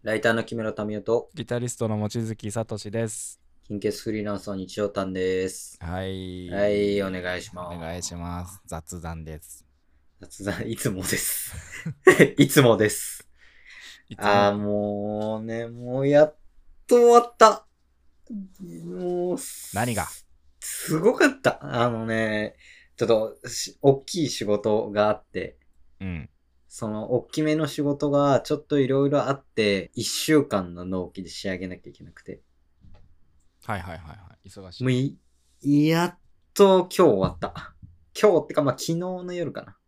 ライターの木村民夫と、 ギタリストの望月聡です。 金欠フリーランスの日曜丹です。 ははい、 い。 お願いしお願いします。 ます。 雑談です。 雑談、いつもです。いつもです。 いつも。 もうやっと終わった。もう、 何が？ すごかった。ちょっと大きい仕事があって、 うん。 その大きめの仕事がちょっといろいろあって、1週間の納期で仕上げなきゃいけなくて。 はいはいはいはい。忙しもうい。 やっと今日終わった。今日ってか、まあ、昨日の夜かな。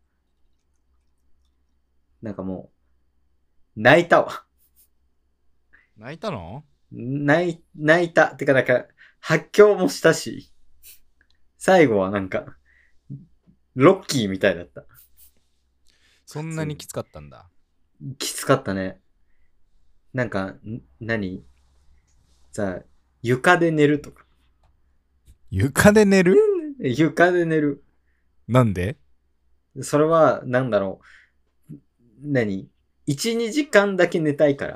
なんかもう、泣いたわ。 泣いたの？ 泣いた。てか、なんか、発狂もしたし、最後はなんか、ロッキーみたいだった。 そんなにきつかったんだ。 きつかったね。なんか、何さ、床で寝るとか。 床で寝る？ 床で寝る。 なんで？ それは、なんだろう。1、2時間だけ寝たいから。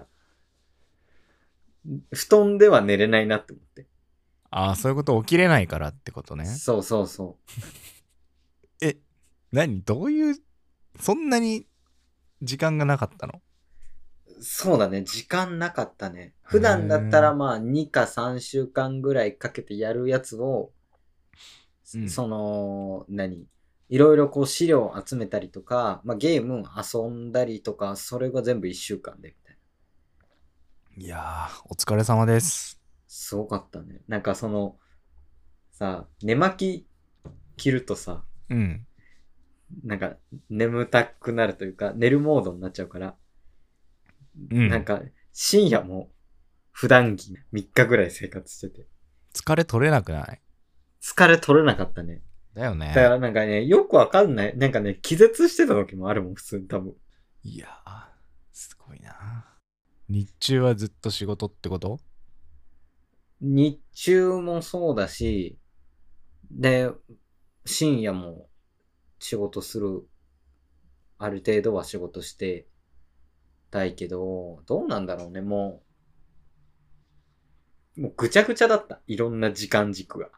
布団では寝れないなって思って。 ああ、そういうこと起きれないからってことね。 そうそうそえ、どういう、そんなに時間がなかったの？ う。そうだね。時間なかったね。 へ普段だったらえ。 まあ2か3週間ぐらいかけてやるやつを、 うん。 その、いろいろこう資料を集めたりとか、まあゲーム遊んだりとか、それが全部1週間でみたいな。 いやー、お疲れ様です。 すごかったね。なんかその、さ、寝巻き着るとさ、 うん。 なんか眠たくなるというか、寝るモードになっちゃうから、 うん。 なんか深夜も普段着3日ぐらい生活してて、 疲れ取れなくない？ 疲れ取れなかったね。 だよだかね。 らなんかね、よくわかんない。なんかね、気絶してた時もあるもん、普通に多分。 いやー、すごいな。日中はずっと仕事ってこと？ 日中もそうだし、で、深夜も仕事する、ある程度は仕事してたいけど、どうなんだろうね、もうぐちゃぐちゃだった。いろんな時間軸が。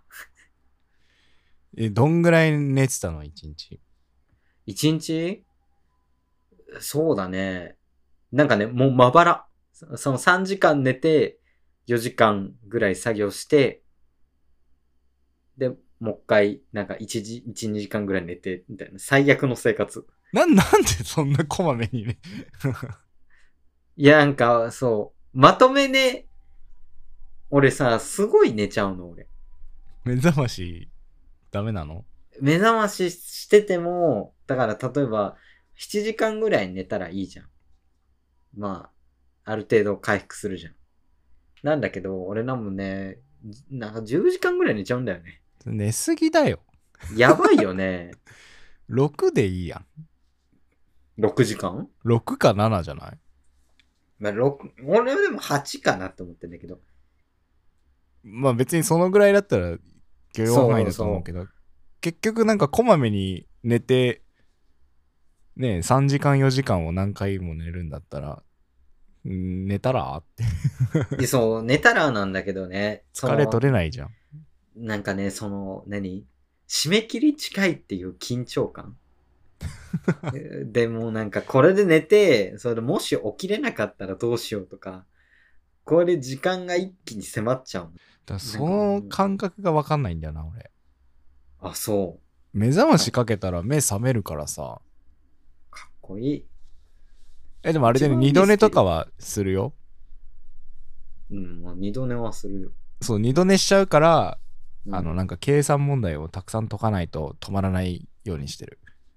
どんぐらい寝てたの一日？ 一日そうだね。なんかね、もうまばら。その3時間寝て、4時間ぐらい作業して、で、もう一回、なんか1、2時間ぐらい寝て、みたいな。最悪の生活。 なんでそんなこまめにね？ いや、なんか、そう。まとめね、俺さ、すごい寝ちゃうの、俺。 目覚ましダメなの？ 目覚まししてても、だから例えば、7時間ぐらい寝たらいいじゃん。まあ、ある程度回復するじゃん。なんだけど、俺なんもね、なんか10時間ぐらい寝ちゃうんだよね。 寝すぎだよ。 やばいよね。 6でいいやん。 6時間 6か7じゃない？ まあ、俺はでも8かなって思ってんだけど。 まあ別にそのぐらいだったら許容範囲だと思うそうそけど、結局なんかこまめに寝て、ね、3時間4時間を何回も寝るんだったら、寝たらって。 う。で、そう、寝たらなんだけどね、 疲れ取れないじゃん。 なんかね、締め切り近いっていう緊張感。でもなんかこれで寝て、それでもし起きれなかったらどうしようとか、これで時間が一気に迫っちゃう。 だからなんそのかもう、 感覚が分かんないんだよな、俺。 あ、そう。 目覚ましかけたら目覚めるからさ。 かっこいい。 でもあれでね、 一番二度寝いいスキル。 とかはするよ。 うん、まあ、二度寝はするよ。 そう、二度寝しちゃうから、 うん。 なんか計算問題をたくさん解かないと止まらないようにしてる。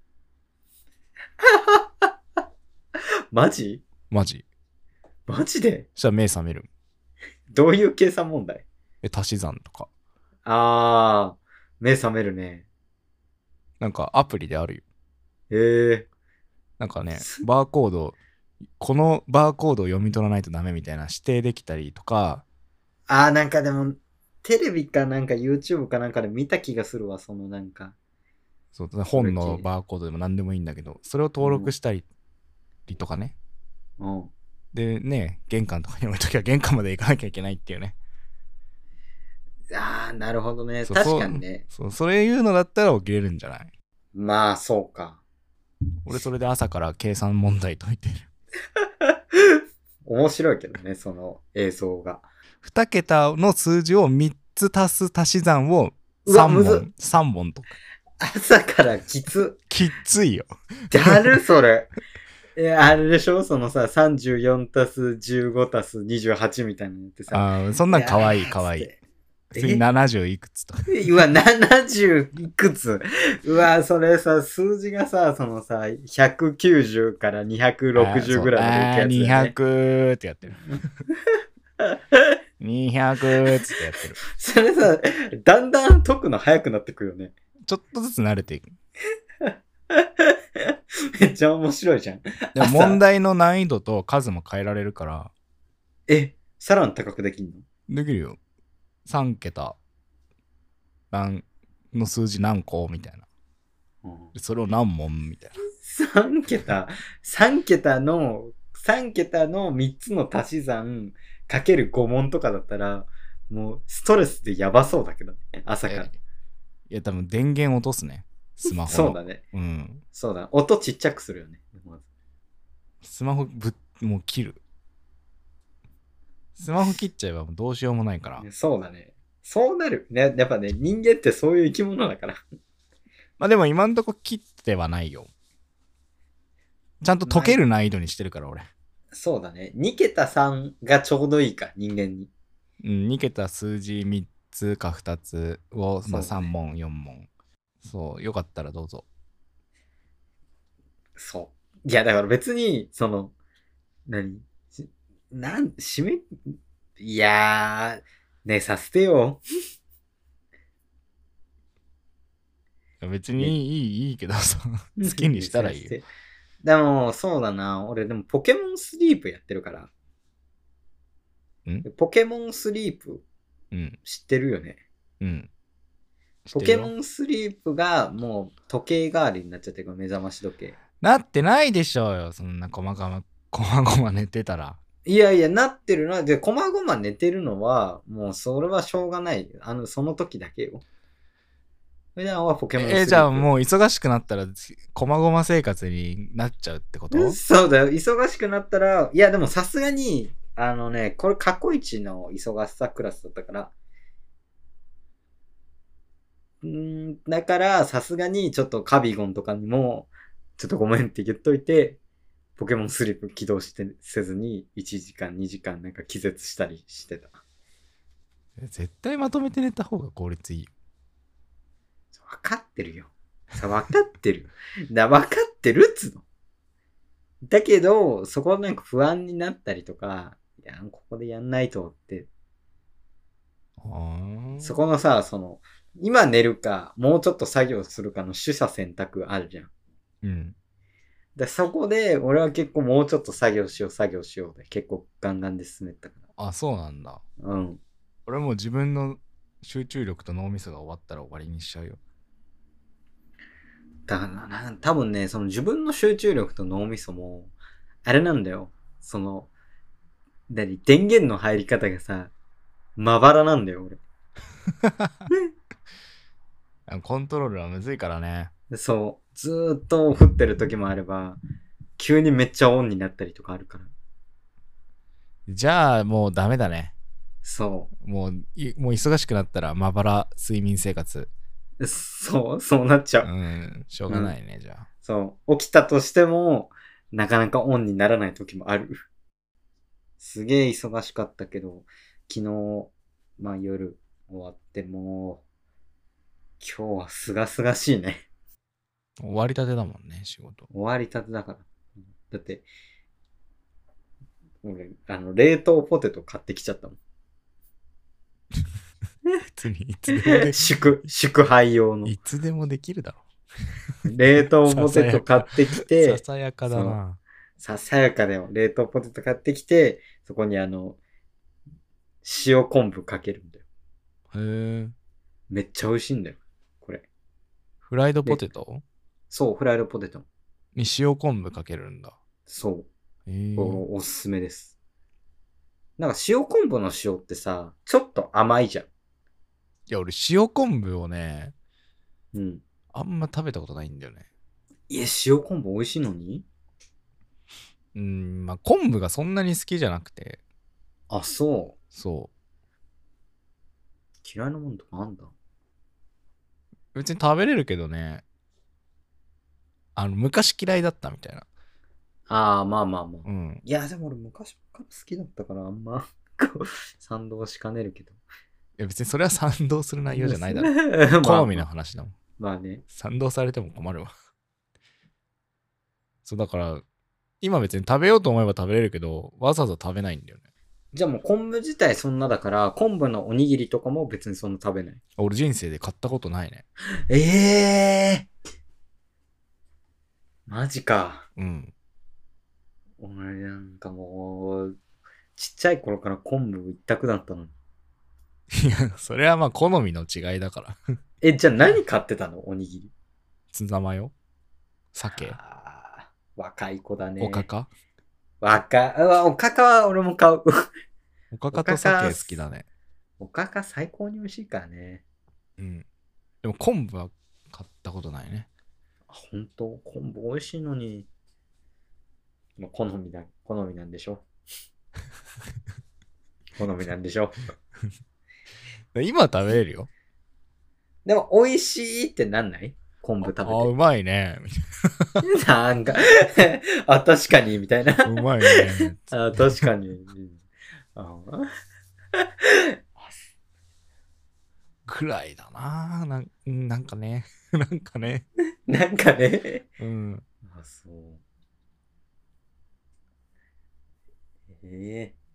マジマジ。 マジでそしたら目覚める。 どういう計算問題？ 足し算とか。 あー、目覚めるね。 なんかアプリであるよ。 へえ。 なんかね、このバーコードを読み取らないとダメみたいな指定できたりとか、 あー、なんかでも、テレビかなんか YouTube かなんかで見た気がするわ、そのなんか、 そうそれ本の系。 バーコードでも何でもいいんだけど、それを登録うん。 したりとかね。 うん。 でね、玄関とかに置いときゃ玄関まで行かなきゃいけないっていうね。 ああ、なるほどね。 そう確かにね。 それ言うのだったら起きれるんじゃない？ まあ、そうか。 俺それで朝から計算問題解いてる。 面白いけどね、その映像が。 2桁の数字を3つ足す足し算をうわ、 3 むずっ。 問、3問とか。 朝からきつ。 きっついよ。 だる、それ。あれでしょそのさ、34たす15たす28みたいなのってさ。 そんなんかわいいやーかわいい。 つって普通に70いくつとか。 うわ、70いくつ。うわ、それさ、数字がさ、そのさ、190から260ぐらいまでいくやつだよね。 200ってやってる。200っつってやってる。 それさ、だんだん解くの早くなってくよね。 ちょっとずつ慣れていく。 めっちゃ面白いじゃん。 でも問題の難易度と数も変えられるから。 さらに高くできんの？ できるよ。3桁の数字何個みたいな。それを何問みたいな。 3桁の3つの足し算かける5問とかだったら、もうストレスでやばそうだけどね。朝から。 いや、多分電源落とすね。スマホの。 そうだね。 うん。 そうだ。音ちっちゃくするよね。 スマホもう切る。スマホ切っちゃえばもうどうしようもないから。 そうだね。そうなる。ね、やっぱね、人間ってそういう生き物だから。 まあでも今んとこ切ってはないよ。ちゃんと解ける難易度にしてるから俺。 そうだね。2桁3がちょうどいいか、人間に。 うん、2桁数字3つか2つを、まあ、3問、4問。そう、よかったらどうぞ。 そう。いや、だから別に、その、締め、いやー、ね、させてよ。 別にいいけどさ、好きにしたらいいよ。 でも、そうだな。俺、でもポケモンスリープやってるから。ポケモンスリープ、 うん、 知ってるよね。 うん。 ポケモンスリープがもう時計代わりになっちゃってるから、目覚まし時計。 なってないでしょうよ、そんなこまごま寝てたら。 いやいや、なってるな。で、こまごま寝てるのは、もうそれはしょうがない。その時だけよ。普段はポケモンスリープ。 じゃあもう忙しくなったら、こまごま生活になっちゃうってこと？ そうだよ。忙しくなったら、いやでもさすがに、これ過去一の忙しさクラスだったから、だからさすがにちょっとカビゴンとかにも、ちょっとごめんって言っといて、ポケモンスリープ起動せずに1時間2時間なんか気絶したりしてた。 絶対まとめて寝た方が効率いいよ。 分かってるよ。分かってる。分かってるっつの。だけど、そこなんか不安になったりとか、いや、ここでやんないとって。そこのさ、今寝るか、もうちょっと作業するかの取捨選択あるじゃん。 うん。 で、そこで、俺は結構もうちょっと作業しようで、結構ガンガンで進めたから。 あ、そうなんだ。 うん。 俺もう自分の集中力と脳みそが終わったら終わりにしちゃうよ。 だからな、多分ね、その自分の集中力と脳みそも、あれなんだよ。電源の入り方がさ、まばらなんだよ、俺。 コントロールはむずいからね。 そう。ずーっと降ってる時もあれば、急にめっちゃオンになったりとかあるから。 じゃあもうダメだね。 そもう忙しくなったらまばら睡眠生活。 そうなっちゃう。 しょうがないね、じゃあ。 そう。起きたとしても、なかなかオンにならない時もある。すげえ忙しかったけど、昨日、夜終わっても今日はすがすがしいね。 終わりたてだもんね、仕事。 終わりたてだから。だって、俺、冷凍ポテト買ってきちゃったもん。 別にいつでもで祝杯用の。 いつでもできるだろ。 冷凍ポテト買ってきて、 ささやかだな。 ささやかだよ。冷凍ポテト買ってきて、そこに塩昆布かけるんだよ。 へえ。 めっちゃ美味しいんだよ。これ。 フライドポテト？ そう、フライドポテト。 に塩昆布かけるんだ。 そう。 おすすめです。なんか塩昆布の塩ってさ、ちょっと甘いじゃん。 いや、俺塩昆布をね、 うん。 あんま食べたことないんだよね。 いや、塩昆布美味しいのに。 まあ昆布がそんなに好きじゃなくて、 あ、そう。 そ嫌いなもんとかあんだ。 う。別に食べれるけどね、昔嫌いだったみたいな。 ああ、まあまあまあ。 うん。 いや、でも俺昔から好きだったからあんまこう賛同しかねるけど。 いや別にそれは賛同する内容じゃないだろ。 まあ好みの話だもん。 まあね。 賛同されても困るわ。そうだから、今別に食べようと思えば食べれるけど、わざわざ食べないんだよね。 じゃあもう昆布自体そんなだから、昆布のおにぎりとかも別にそんな食べない。 俺人生で買ったことないね。 ええー、マジか。 うん。 俺なんかもう、ちっちゃい頃から昆布一択だったのに。 いや、それはまあ好みの違いだから。 じゃあ何買ってたのおにぎり。 つざまよ。鮭。 あー若い子だね。 おかか。 おかかは俺も買う。 おかかと鮭好きだね。 おかか最高に美味しいからね。 うん。でも昆布は買ったことないね。 ほんと、昆布美味しいのに。まあ、好みなんでしょ。好みなんでしょ。 今は食べれるよ。 でも、美味しいってなんない昆布食べて。 あ、うまいね。 なんかあ、確かに、みたいな。 うまいね。 あ、確かに。あくらいだな。なんかね。なんかね。 なんかね。 うん。 あ、そう。ええ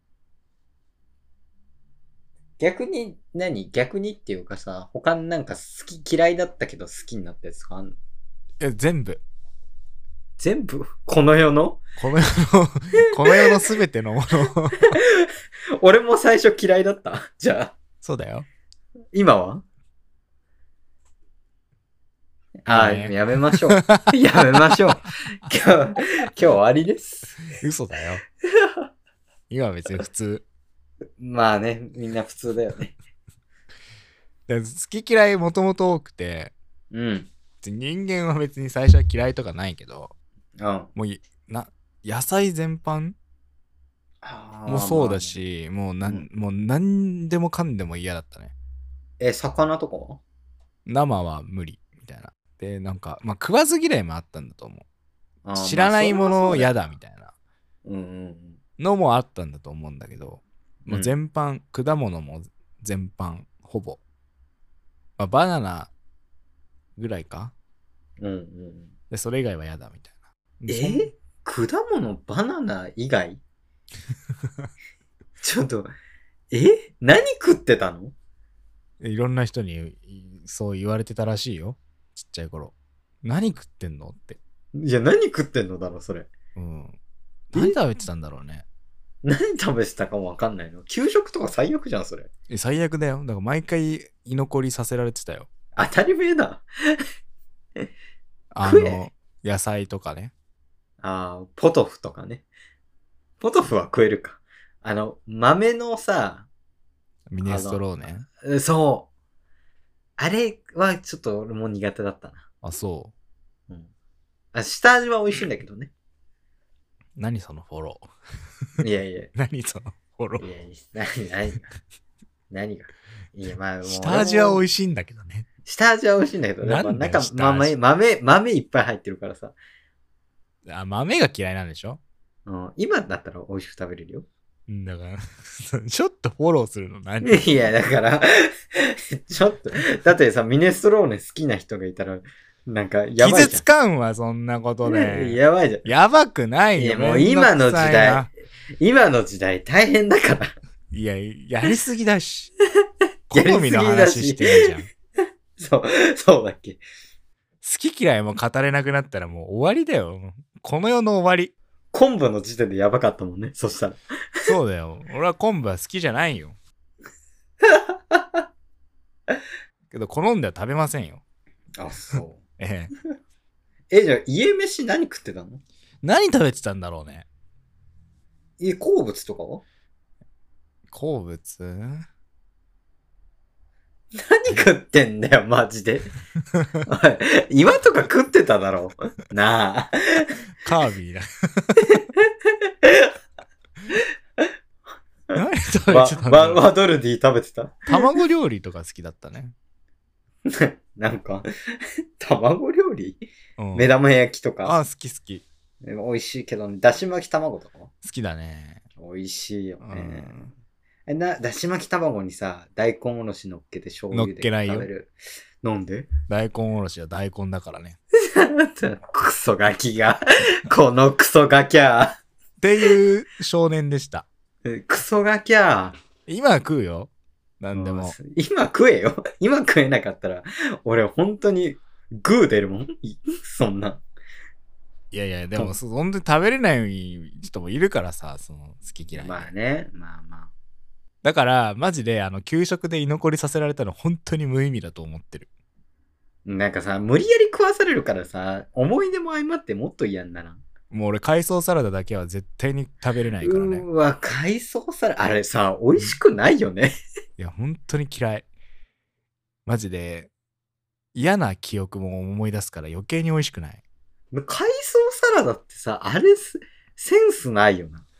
逆にっていうかさ、他になんか嫌いだったけど好きになったやつとかあんの？ 全部。 全部この世のこの世の、この世のすべてのもの。 俺も最初嫌いだったじゃあ、 そうだよ。 今はね、 やめましょう。やめましょう。今日終わりです。 嘘だよ。今は別に普通。 まあね、みんな普通だよね。 好き嫌いもともと多くて、 うん。 人間は別に最初は嫌いとかないけど、 うん。 もう野菜全般もそうだし、もう何でもかんでも嫌だったね。 魚とかは生は無理みたいな。で、なんか、まあ食わず嫌いもあったんだと思う。知らまあないもの嫌だみたいなうんうんのもあったんだと思うんだけど、 うん。 もう全般、果物も全般、ほぼ。まあ、バナナぐらいか。 うんうん。 で、それ以外は嫌だみたいな。 果物バナナ以外ちょっと、何食ってたの？ いろんな人にそう言われてたらしいよ。ちっちゃい頃。何食ってんのって。 いや、何食ってんのだろ、それ。 うん。何食べてたんだろうね。 何食べてたかもわかんないの。給食とか最悪じゃん、それ。 最悪だよ。だから毎回居残りさせられてたよ。 当たり前だ。食え。 野菜とかね。 ポトフとかね。ポトフは食えるか。豆のさ、 ミネストローネ。 そう。あれはちょっと俺も苦手だったな。 あ、そうん。下味は美味しいんだけどね。 う。何そのフォロいやいや。 ー。何そのフォロー。 いやいや、何が。いや、まあもう。 下味は美味しいんだけどね。 下味は美味しいんだけど、 なんだよ豆いっぱい入ってるからさ。 豆が嫌いなんでしょ？ うん、今だったら美味しく食べれるよ。 だからちょっとフォローするの何？ いや、だからちょっと、だってさ、ミネストローネ好きな人がいたら、なんか、やばいじゃん。 傷つかんわ、そんなことで。 やばいじゃん。 やばくないよ。 いや、もう今の時代大変だから。 いや、やりすぎだし。好みの話してるじゃん。 そうだっけ。 好き嫌いも語れなくなったらもう終わりだよ。この世の終わり。 昆布の時点でやばかったもんね、そしたら。 そうだよ。俺は昆布は好きじゃないよ。けど、好んでは食べませんよ。 あ、そう。 じゃあ、 家飯何食ってたの？ 何食べてたんだろうね。 好物とかは好物何食ってんだよ、マジで。おい、岩とか食ってただろ。なあ。 カービィだ。何食べてたんだろう。 ワドルディ食べてた卵料理とか好きだったね。 なんか、卵料理うん、 目玉焼きとか。 あ、好き好き。 美味しいけどね。だし巻き卵とか好きだね。 美味しいようね。 ん、 だし巻き卵にさ、大根おろし乗っけて醤油で乗っけないよ食べる。なんで大根おろしは大根だからね。 クソガキが。このクソガキャっていう少年でした。 クソガキャ今は食うよ。なんでも。 今食えよ。今食えなかったら、俺本当にグー出るもん。そんな。 いやいや、でも、本当に食べれない人もいるからさ、その好き嫌い。 まあね、まあまあ。 だから、マジで、給食で居残りさせられたの本当に無意味だと思ってる。 なんかさ、無理やり食わされるからさ、思い出も相まってもっと嫌んだな。 もう俺、海藻サラダだけは絶対に食べれないからね。 うわ、海藻サラダ、あれさ、美味しくないよね。 いや、本当に嫌い。マジで、嫌な記憶も思い出すから余計に美味しくない。 海藻サラダってさ、あれセンスないよな。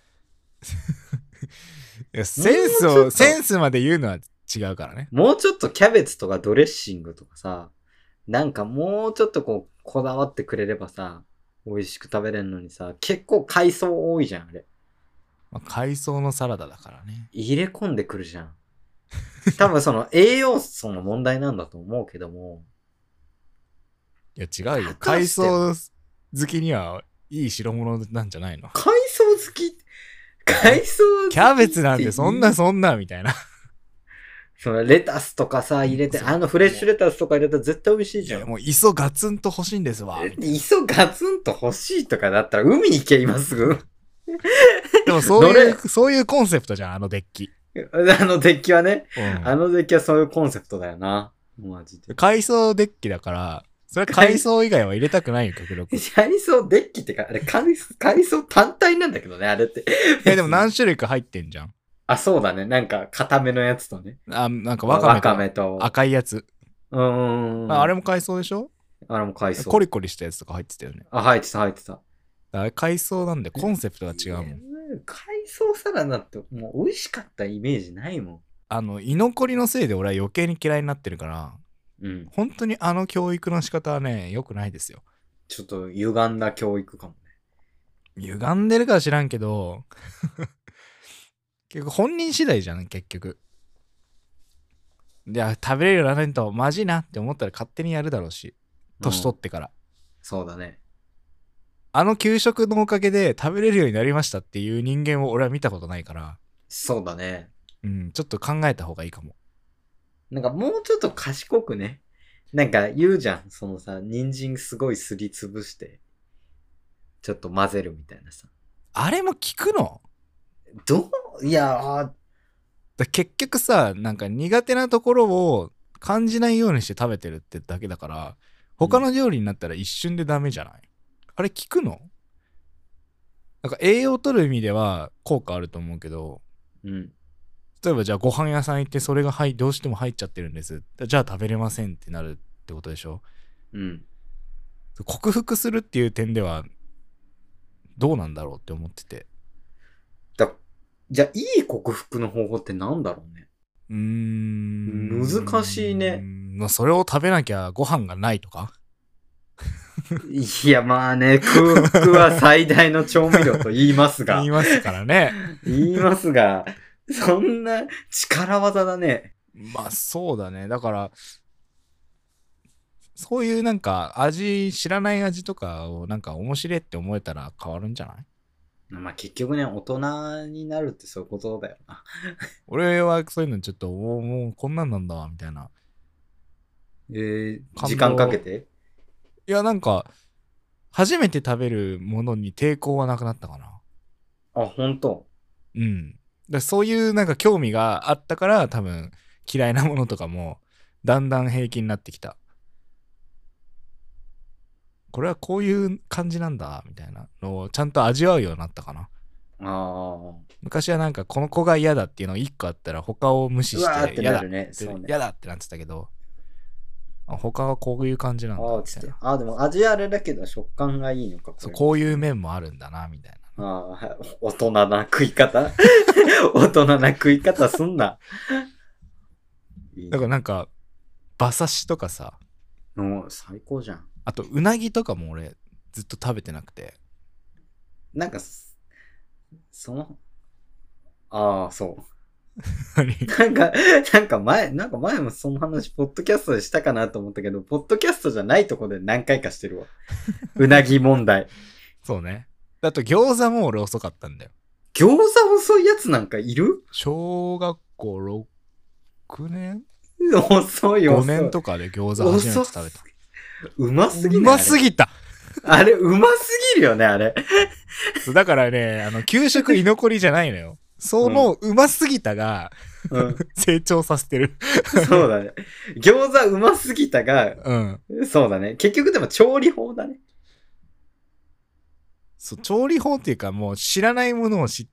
いやセンスまで言うのは違うからね。 もうちょっとキャベツとかドレッシングとかさ、なんかもうちょっとこう、こだわってくれればさ、美味しく食べれるのにさ、結構海藻多いじゃん、あれ。 まあ、海藻のサラダだからね。 入れ込んでくるじゃん。多分その栄養素の問題なんだと思うけども。 いや違うよ。海藻好きにはいい代物なんじゃないの？ 海藻好き海藻好きキャベツなんてそんなみたいな。 そのレタスとかさ、入れて、フレッシュレタスとか入れたら絶対美味しいじゃん。 いやもう磯ガツンと欲しいんですわ。 磯ガツンと欲しいとかだったら海行け今すぐ。 でもそういうコンセプトじゃん、あのデッキ。 あのデッキはね、 うん、 あのデッキはそういうコンセプトだよな。マジで。 海藻デッキだから、それは海藻以外は入れたくないよ、極力。 海藻デッキってか、あれ海藻単体なんだけどね、あれって。 でも何種類か入ってんじゃん。 あ、そうだね。なんか、固めのやつとね。 なんかわかめと赤いやつ。あれも海藻でしょ？ あれも海藻。 コリコリしたやつとか入ってたよね。 あ、入ってた。 あれ海藻なんでコンセプトが違うもん。 海藻サラダってもう美味しかったイメージないもん。居残りのせいで俺は余計に嫌いになってるから、 うん。 本当に教育の仕方はね、良くないですよ。 ちょっと歪んだ教育かもね。歪んでるかは知らんけど、結局本人次第じゃん、結局。で、食べれるようにならないとマジいなって思ったら勝手にやるだろうし、年取ってから。 そうだね。 給食のおかげで食べれるようになりましたっていう人間を俺は見たことないから。 そうだね。 うん、ちょっと考えた方がいいかも。 なんかもうちょっと賢くね。なんか言うじゃん。そのさ、人参すごいすりつぶして、ちょっと混ぜるみたいなさ。 あれも効くの？ いや結局さ、なんか苦手なところを感じないようにして食べてるってだけだから、他の料理になったら一瞬でダメじゃない？あれ効くの？なんか栄養取る意味では効果あると思うけど、 うん。 例えばじゃあご飯屋さん行ってそれがどうしても入っちゃってるんです。じゃあ食べれませんってなるってことでしょ？ うん。 克服するっていう点ではどうなんだろうって思ってて。 じゃあいい克服の方法ってなんだろうね。難しいね。 それを食べなきゃご飯がないとか？ いやまあね、空腹は最大の調味料と言いますが。 言いますからね。 言いますが、そんな力技だね。 まあそうだね。だから、そういうなんか知らない味とかをなんか面白いって思えたら変わるんじゃない？ まあ結局ね、大人になるってそういうことだよな。 俺はそういうのちょっと、もうこんなんなんだわ、みたいな。 時間かけて？ いや、なんか、初めて食べるものに抵抗はなくなったかな。 あ、ほんと？ うん。そういうなんか興味があったから多分嫌いなものとかもだんだん平気になってきた。これはこういう感じなんだみたいなのをちゃんと味わうようになったかな。 あ。 昔はなんかこの子が嫌だっていうのが1個あったら他を無視うわーってして嫌だなるね。そうね。 嫌だってなってたけど、他はこういう感じなんだああ、つって。 みたいな。 ああ、でも味あれだけど食感がいいのか、こそう、 れ。 こういう面もあるんだなみたいな。 ああ、大人な食い方大人な食い方すんな。いいだからなんか馬刺しとかさ、 もう最高じゃん。 あとうなぎとかも俺ずっと食べてなくて。 なんか、ああ、そう。 何なんか前もその話、ポッドキャストでしたかなと思ったけど、ポッドキャストじゃないとこで何回かしてるわ。うなぎ問題。 そうね。あと餃子も俺遅かったんだよ。 餃子遅いやつなんかいる？ 小学校6年遅い。 5年とかで餃子初めて食べた。 うますぎうない？ ますぎた。 あれ、うますぎるよね、あれ。 だからね、給食居残りじゃないのよ。そのうますぎたが、 うん。 成長させてる。 そうだね。餃子うますぎたが、 うん。 そうだね。結局でも調理法だね。 そう、調理法っていうかもう知らないものを知って、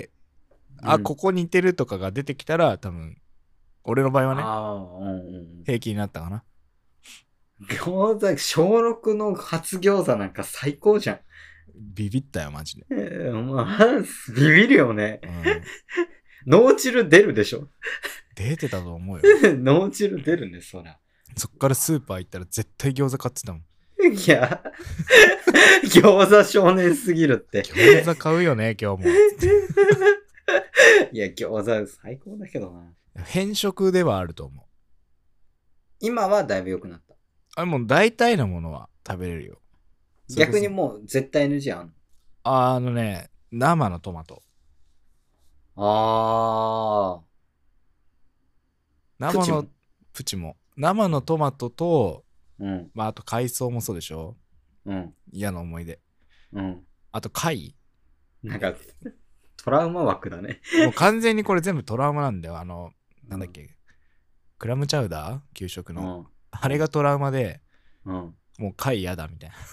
あ、ここ似てるとかが出てきたら多分、俺の場合はね、 ああ、うんうん。 平気になったかな。 餃子、小6の初餃子なんか最高じゃん。 ビビったよ、マジで。 まあ、ビビるよね。 うん。 脳汁出るでしょ。 出てたと思うよ。 脳汁出るね、そら。 そっからスーパー行ったら絶対餃子買ってたもん。 いや、餃子少年すぎるって。 餃子買うよね、今日も。 いや、餃子最高だけどな。 変色ではあると思う。 今はだいぶ良くなった。 あれもう大体のものは食べれるよ。 逆にもう絶対 NG あんの。生のトマト。 の？ 生のプチも。生のトマトと、 うん。 まああと海藻もそうでしょ。 うん。 嫌な思い出。 うん。 あと貝。 なんか、トラウマ枠だね。 もう完全にこれ全部トラウマなんだよ。なんだっけ。クラムチャウダー給食の。 うん。 あれがトラウマで、 うん。 もう貝嫌だみたいな。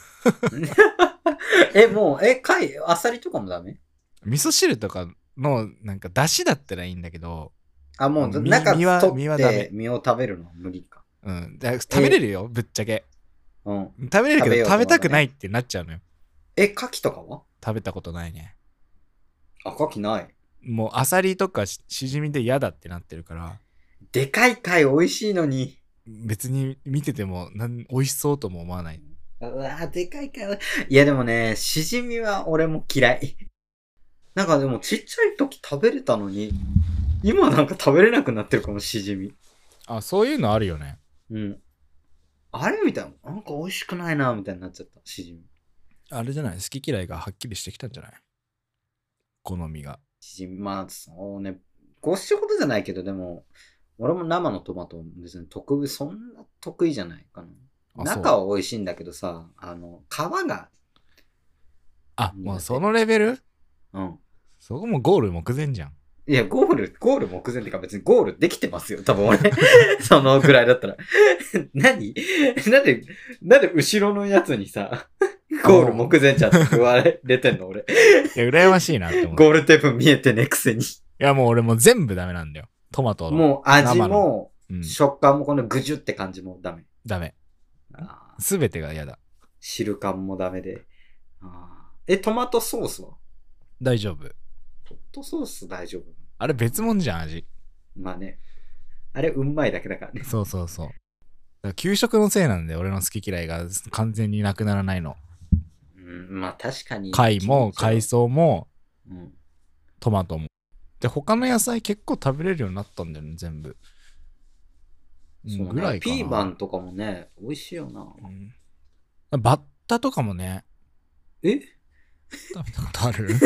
貝、アサリとかもダメ？ 味噌汁とかのなんか出汁だったらいいんだけど、 あ、もう、 身中取っ身はダメて、身を食べるのは無理か。 うん。食べれるよ、ぶっちゃけ。 うん。 食べれるけど、 食べようと思えばね食べたくないってなっちゃうのよ。 牡蠣とかは？ 食べたことないね。 あ、牡蠣ない。 もう、アサリとかしじみで嫌だってなってるから、 でかい貝美味しいのに。 別に見てても美味しそうとも思わない。 うわぁ、でかい貝。いやでもね、しじみは俺も嫌い。なんかでもちっちゃい時食べれたのに、今なんか食べれなくなってるかも、しじみ。 あ、そういうのあるよね。 うん。あれみたいな。なんか美味しくないな、みたいになっちゃった、しじみ。 あれじゃない、好き嫌いがはっきりしてきたんじゃない？好みが。 しじみ、まあ、そうね。ごしほどじゃないけど、でも、俺も生のトマト別にそんな得意じゃないかな。中は美味しいんだけどさ、皮が。 あ、もうそのレベル？ うん。 そこもゴール目前じゃん。 いや、ゴール目前ってか別にゴールできてますよ。多分俺。そのぐらいだったら。何なんで後ろのやつにさ、ゴール目前じゃんって言われてんの俺。 いや、羨ましいなって思う。 ゴールテープ見えてねくせに。 いや、もう俺もう全部ダメなんだよ。トマトの。 もう味も、 うん、 食感もこのぐじゅって感じもダメ。 ダメ。すべてが嫌だ。 汁感もダメで。トマトソースは大丈夫。 トマトソース大丈夫？ あれ別物じゃん、味。 まあね。あれうんまいだけだからね。 そうそうそう。だから給食のせいなんで、俺の好き嫌いが完全になくならないの。 うん、まあ確かに。 貝も海藻も、 うん、 トマトも。で、他の野菜結構食べれるようになったんだよね、全部。 そうね、 ぐらいかな。 ピーマンとかもね、美味しいよな。 バッタとかもね。 え？ 食べたことある？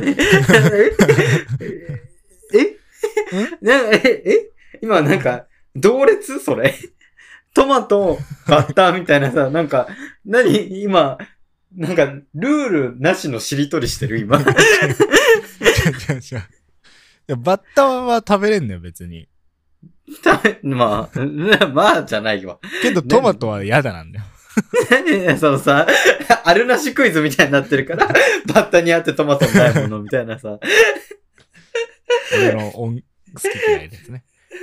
今なんか、同列それ。トマト、バッターみたいなさ、なんか、今、なんか、ルールなしのしりとりしてる今。 違う。いや、バッタは食べれんのよ、別に。 まあじゃないわ。 けどトマトは嫌だなんだよ。 いやそのさ、あるなしクイズみたいになってるから、バッタにあってトマトないものみたいなさ。 俺の好き嫌いですね。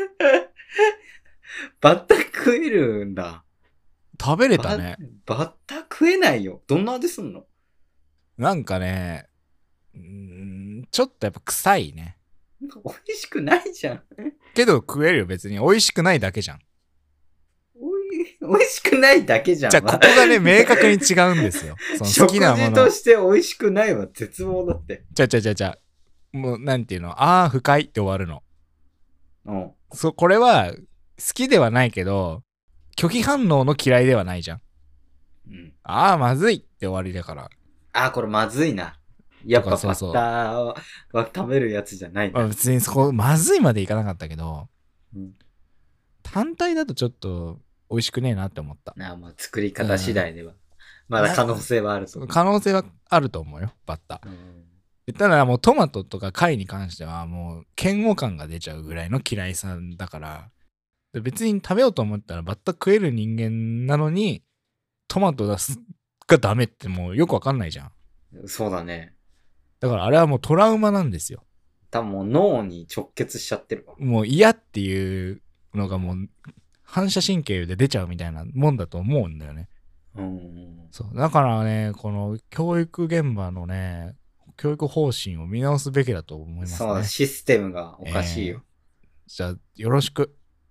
バッタ食えるんだ。 食べれたね。 バッタ食えないよ。どんな味すんの？ なんかね、ちょっとやっぱ臭いね。 美味しくないじゃん。 けど食えるよ別に。美味しくないだけじゃん。 美味しくないだけじゃん。 じゃあここがね、明確に違うんですよ。その好きなもの。 食事として美味しくないは絶望だって。 じゃもうなんていうの、ああ、不快って終わるの。 うん。 これは好きではないけど、拒否反応の嫌いではないじゃん。 うん。 ああ、まずいって終わりだから。 あー、これまずいな。やっぱバそうそうッタは食べるやつじゃないな。 まあ、別にそこ、まずいまでいかなかったけど、 うん、 単体だとちょっと美味しくねえなって思った。 まあ作り方次第では。まだ可能性はあると。 可能性はあると思うよ、バッタ。ただもうトマトとか貝に関してはもう嫌悪感が出ちゃうぐらいの嫌いさだから、別に食べようと思ったらバッタ食える人間なのにトマトがダメってもうよくわかんないじゃん。 そうだね。 だからあれはもうトラウマなんですよ。 多分もう脳に直結しちゃってるわ。 もう嫌っていうのがもう反射神経で出ちゃうみたいなもんだと思うんだよね。そうだからね、この教育現場のね、教育方針を見直すべきだと思いますね。 そう、システムがおかしいよ。 じゃあ、よろしく。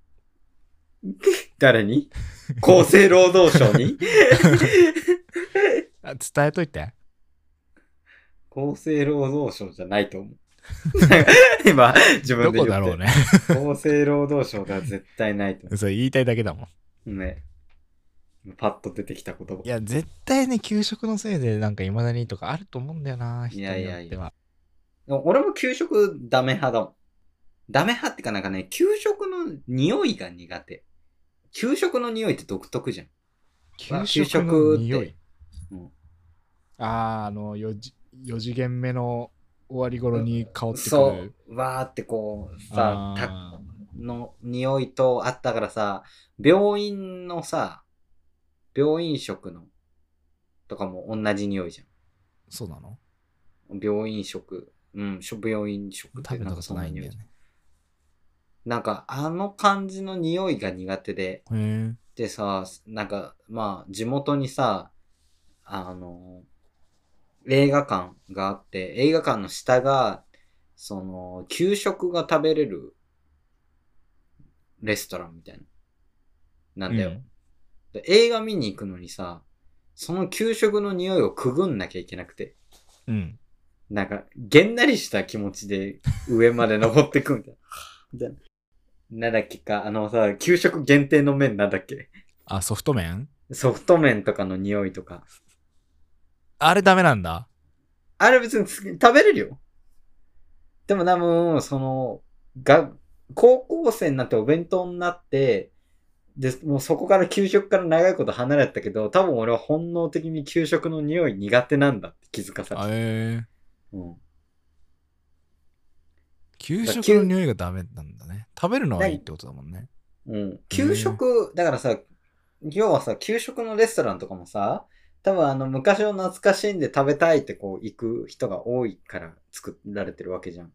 誰に？厚生労働省に伝えといて。 厚生労働省じゃないと思う。今、自分で言って。 どこだろうね。 厚生労働省では絶対ないと思う。それ言いたいだけだもん。ね。パッと出てきた言葉。 いや、絶対ね、給食のせいでなんか未だにとかあると思うんだよな、人によっては。いや俺も給食ダメ派だもん。ダメ派ってかなんかね、給食の匂いが苦手。給食の匂いって独特じゃん。 給食の匂い。4次元目の終わり頃に香ってくる。 そう、わーってこう、さ、の匂いとあったからさ、病院のさ、病院食の、とかも同じ匂いじゃん。 そうなの？ 病院食。病院食ってなんかそんな匂いじゃん。なんか、あの感じの匂いが苦手で。でさ、なんか、まあ、地元にさ、映画館があって、映画館の下が、給食が食べれるレストランみたいな。なんだよ。で映画見に行くのにさ、その給食の匂いをくぐんなきゃいけなくて。なんか、げんなりした気持ちで上まで登ってくみたいな。みたいな。なんだっけか、さ、給食限定の麺なんだっけ？ ソフト麺？ ソフト麺とかの匂いとか。 あれダメなんだ。 あれ別に食べれるよ。でも多分、高校生になってお弁当になって、で、もうそこから給食から長いこと離れたけど、多分俺は本能的に給食の匂い苦手なんだって気づかされた。 給食の匂いがダメなんだね。食べるのはいいってことだもんね。 給食、だからさ、要はさ、給食のレストランとかもさ、多分昔を懐かしんで食べたいってこう行く人が多いから作られてるわけじゃん。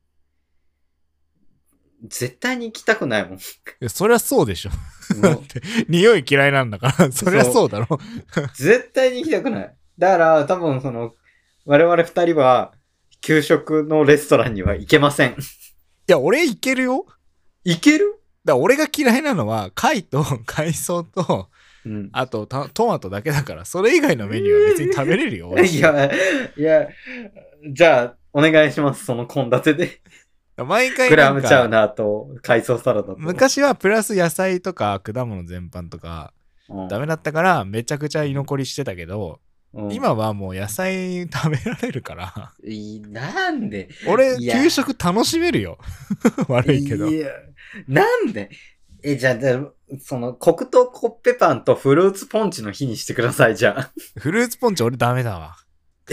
絶対に行きたくないもん。 そりゃそうでしょ。匂い嫌いなんだから、そりゃそうだろ。 絶対に行きたくない。だから多分我々二人は給食のレストランには行けません。 いや、俺行けるよ。 行ける？ だから俺が嫌いなのは貝と海藻と、あとトマトだけだから、それ以外のメニューは別に食べれるよ。 いや、じゃあお願いします。その献立で。 毎回クラムチャウナーと海藻サラダと。 昔はプラス野菜とか果物全般とかダメだったからめちゃくちゃ居残りしてたけど、今はもう野菜食べられるから。 なんで？ 俺給食楽しめるよ。悪いけど。 なんで？じゃあ黒糖コッペパンとフルーツポンチの日にしてください、じゃあ。 フルーツポンチ俺ダメだわ。ち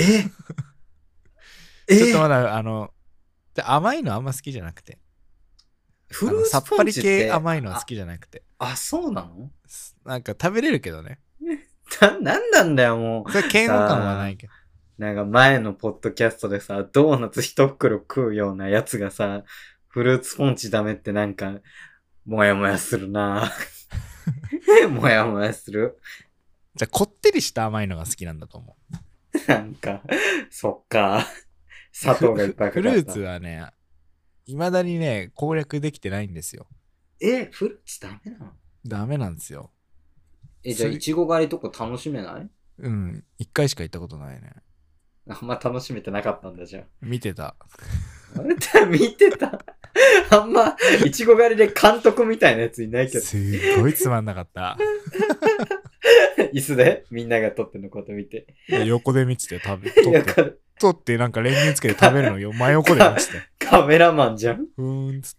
ょっとまだ甘いのあんま好きじゃなくて。 フルーツポンチってさっぱり系甘いのは好きじゃなくて。 そうなの？ なんか食べれるけどね。 なんなんだよ、もう。 それ嫌悪感はないけど。 なんか前のポッドキャストでさ、ドーナツ一袋食うようなやつがさ、フルーツポンチダメってなんか、もやもやするなもやもやする。 じゃあ、こってりした甘いのが好きなんだと思う。 なんか、そっか。砂糖がいっぱいかかった。 フルーツはね、未だにね、攻略できてないんですよ。 フルーツダメなの？ ダメなんですよ。 じゃあ、いちご狩りとか楽しめない？ うん、一回しか行ったことないね。 あんま楽しめてなかったんだじゃん。 見てた。 見てた。あんま、いちご狩りで監督みたいなやついないけど。 すごいつまんなかった。 椅子でみんなが撮ってるのこと見て。 横で見てて撮ってなんか練乳つけて食べるのよ。真横で見てて。 カメラマンじゃん。 ふーんつって。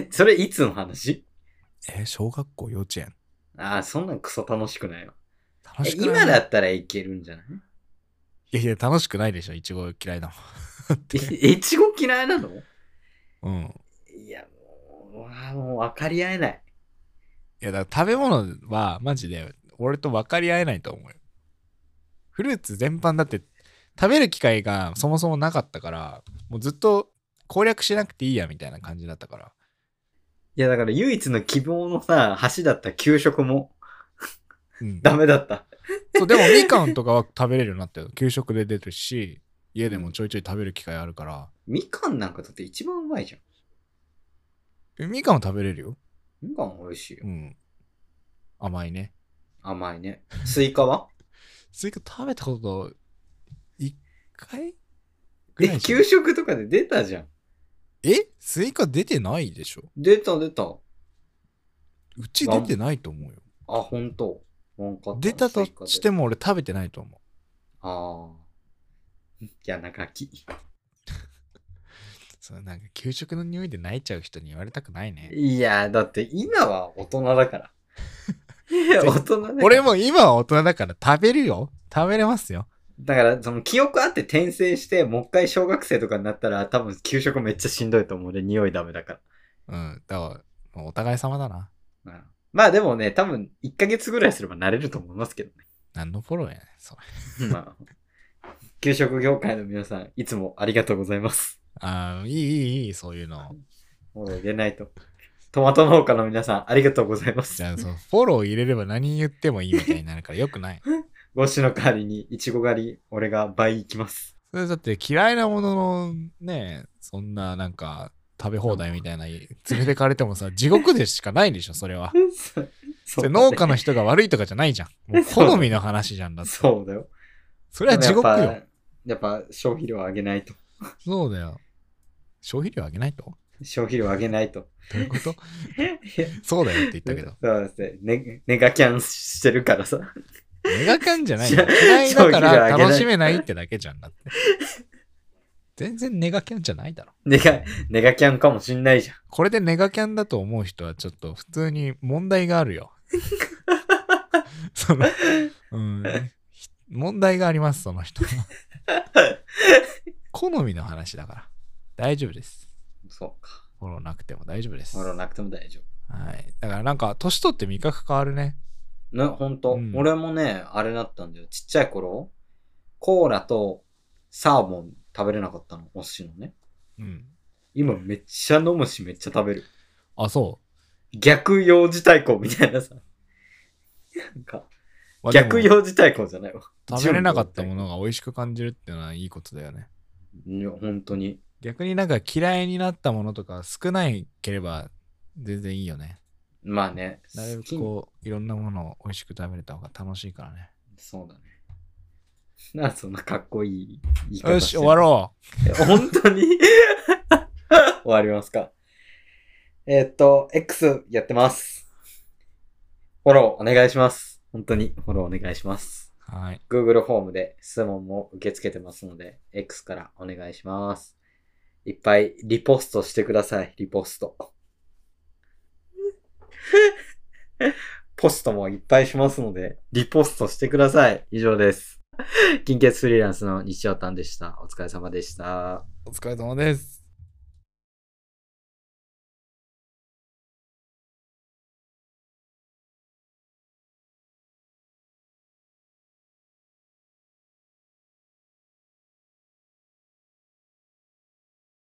それいつの話？ 小学校幼稚園。 ああ、そんなんクソ楽しくないわ。 楽しくない。 今だったらいけるんじゃない？ いや、楽しくないでしょ。いちご嫌いだもん。 いちご嫌いなの？ うん。 いや、もう分かり合えない。 いや、だから食べ物はマジで俺と分かり合えないと思うよ。フルーツ全般だって食べる機会がそもそもなかったから、もうずっと攻略しなくていいやみたいな感じだったから。 いや、だから唯一の希望のさ、橋だった給食も、 うん、 ダメだった。 そう、でもみかんとかは食べれるようになったよ。給食で出てるし、家でもちょいちょい食べる機会あるから。 みかんなんかだって一番うまいじゃん。 みかんは食べれるよ。 みかん美味しいよ。 うん。甘いね。 甘いね。スイカは？ スイカ食べたこと1回給食とかで出たじゃん。 スイカ出てないでしょ？ 出た。 うち出てないと思うよ。 あ、ほんと。 出たとしても俺食べてないと思う。 ああ。嫌なガキ。 そうなんか給食の匂いで泣いちゃう人に言われたくないね。 いや、だって今は大人だから。大人だから。 俺も今は大人だから食べるよ。食べれますよ。 だから、その記憶あって転生して、もう一回小学生とかになったら、多分給食めっちゃしんどいと思うね。匂いダメだかうん。だから、お互い様だな。 ら。まあでもね、多分1ヶ月ぐらいすれば慣れると思いますけどね。 何のフォローやねん、それ。 まあ、給食業界の皆さん、いつもありがとうございます。 いい、そういうの。 フォロー入れないと。トマト農家の皆さん、ありがとうございます。 じゃあ、フォロー入れれば何言ってもいいみたいになるからよくない。 ゴシの代わりに、いちご狩り、俺が倍行きます。 それだって嫌いなもののね、そんななんか食べ放題みたいな連れてかれてもさ、地獄でしかないでしょ、それは。それ農家の人が悪いとかじゃないじゃん。もう好みの話じゃんだって。 そうだよ。 それは地獄よ。 やっぱ消費量上げないと。 そうだよ。消費量上げないと？ 消費量上げないと。 どういうこと？そうだよって言ったけど。 そうですね。ネガキャンしてるからさ。 ネガキャンじゃないよ。嫌いだから楽しめないってだけじゃんだって。全然ネガキャンじゃないだろ。 ネガキャンかもしんないじゃん。 これでネガキャンだと思う人はちょっと普通に問題があるよ。問題があります、その人は。好みの話だから。大丈夫です。 そうか。 フォローなくても大丈夫です。 フォローなくても大丈夫。 はい。だからなんか、年取って味覚変わるね。 ね、ほんと。俺もね、あれだったんだよ。ちっちゃい頃、コーラとサーモン食べれなかったの。お寿司のね。 うん。 今めっちゃ飲むし、めっちゃ食べる。 あ、そう。 逆幼児対抗みたいなさ。なんか、逆幼児対抗じゃないわ。 食べれなかったものが美味しく感じるっていうのはいいことだよね。 いや、本当に。 逆になんか嫌いになったものとか少ないければ全然いいよね。 まあね。 なるべくこう、いろんなものを美味しく食べれた方が楽しいからね。 そうだね。なんそんなかっこいい言い方して。 よし、終わろう。本当に終わりますか。X やってます。フォローお願いします。本当にフォローお願いします。 はい。 Google フォームで質問も受け付けてますので、X からお願いします。いっぱいリポストしてください。リポスト。ポストもいっぱいしますので、リポストしてください。以上です。金欠フリーランスの西尾丹でした。お疲れ様でした。 お疲れ様です。